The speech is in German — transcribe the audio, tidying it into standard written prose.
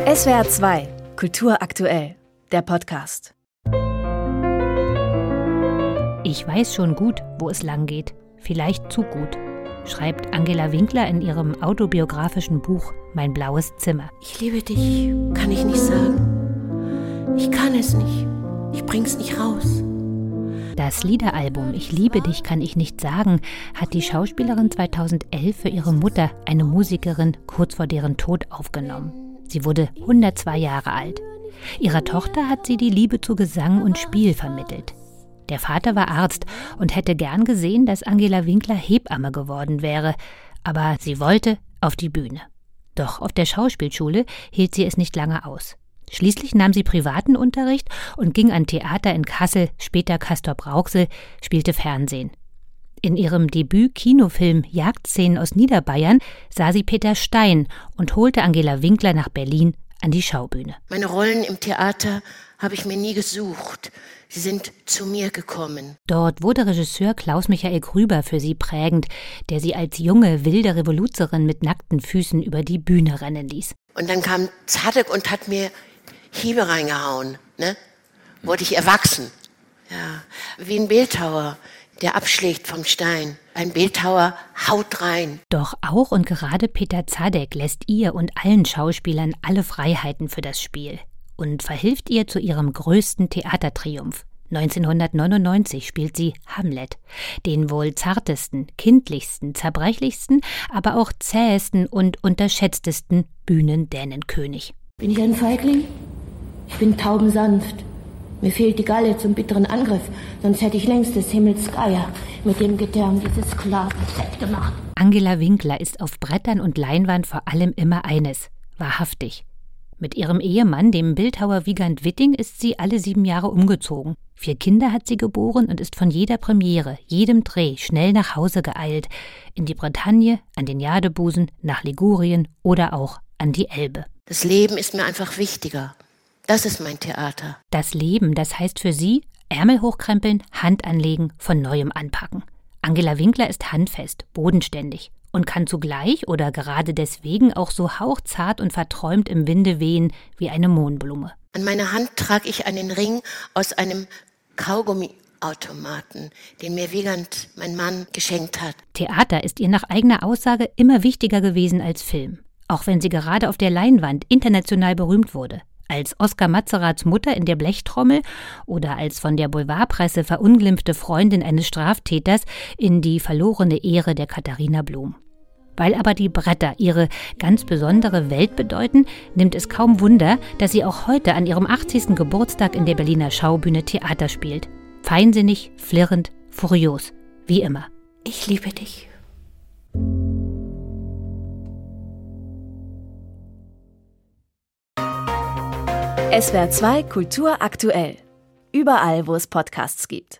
SWR 2, Kultur aktuell, der Podcast. Ich weiß schon gut, wo es lang geht. Vielleicht zu gut, schreibt Angela Winkler in ihrem autobiografischen Buch Mein blaues Zimmer. Ich liebe dich, kann ich nicht sagen. Ich kann es nicht. Ich bring's nicht raus. Das Liederalbum Ich liebe dich, kann ich nicht sagen, hat die Schauspielerin 2011 für ihre Mutter, eine Musikerin, kurz vor deren Tod aufgenommen. Sie wurde 102 Jahre alt. Ihrer Tochter hat sie die Liebe zu Gesang und Spiel vermittelt. Der Vater war Arzt und hätte gern gesehen, dass Angela Winkler Hebamme geworden wäre. Aber sie wollte auf die Bühne. Doch auf der Schauspielschule hielt sie es nicht lange aus. Schließlich nahm sie privaten Unterricht und ging an Theater in Kassel, später Castrop-Rauxel, spielte Fernsehen. In ihrem Debüt-Kinofilm Jagdszenen aus Niederbayern sah sie Peter Stein und holte Angela Winkler nach Berlin an die Schaubühne. Meine Rollen im Theater habe ich mir nie gesucht. Sie sind zu mir gekommen. Dort wurde Regisseur Klaus-Michael Grüber für sie prägend, der sie als junge, wilde Revoluzerin mit nackten Füßen über die Bühne rennen ließ. Und dann kam Zadek und hat mir Hiebe reingehauen. Wurde ich erwachsen. Ja, wie ein Bildhauer, der abschlägt vom Stein. Ein Bildhauer haut rein. Doch auch und gerade Peter Zadek lässt ihr und allen Schauspielern alle Freiheiten für das Spiel und verhilft ihr zu ihrem größten Theatertriumph. 1999 spielt sie Hamlet, den wohl zartesten, kindlichsten, zerbrechlichsten, aber auch zähesten und unterschätztesten Bühnendänenkönig. Bin ich ein Feigling? Ich bin taubensanft. Mir fehlt die Galle zum bitteren Angriff, sonst hätte ich längst des Himmels Geier mit dem Gedärm dieses Sklaven gemacht. Angela Winkler ist auf Brettern und Leinwand vor allem immer eines: wahrhaftig. Mit ihrem Ehemann, dem Bildhauer Wiegand Witting, ist sie alle 7 Jahre umgezogen. 4 Kinder hat sie geboren und ist von jeder Premiere, jedem Dreh schnell nach Hause geeilt. In die Bretagne, an den Jadebusen, nach Ligurien oder auch an die Elbe. Das Leben ist mir einfach wichtiger. Das ist mein Theater. Das Leben, das heißt für sie Ärmel hochkrempeln, Hand anlegen, von Neuem anpacken. Angela Winkler ist handfest, bodenständig und kann zugleich oder gerade deswegen auch so hauchzart und verträumt im Winde wehen wie eine Mohnblume. An meiner Hand trage ich einen Ring aus einem Kaugummiautomaten, den mir Wiegand, mein Mann, geschenkt hat. Theater ist ihr nach eigener Aussage immer wichtiger gewesen als Film, auch wenn sie gerade auf der Leinwand international berühmt wurde. Als Oskar Matzeraths Mutter in der Blechtrommel oder als von der Boulevardpresse verunglimpfte Freundin eines Straftäters in Die verlorene Ehre der Katharina Blum. Weil aber die Bretter ihre ganz besondere Welt bedeuten, nimmt es kaum Wunder, dass sie auch heute an ihrem 80. Geburtstag in der Berliner Schaubühne Theater spielt. Feinsinnig, flirrend, furios, wie immer. Ich liebe dich. SWR 2 Kultur aktuell. Überall, wo es Podcasts gibt.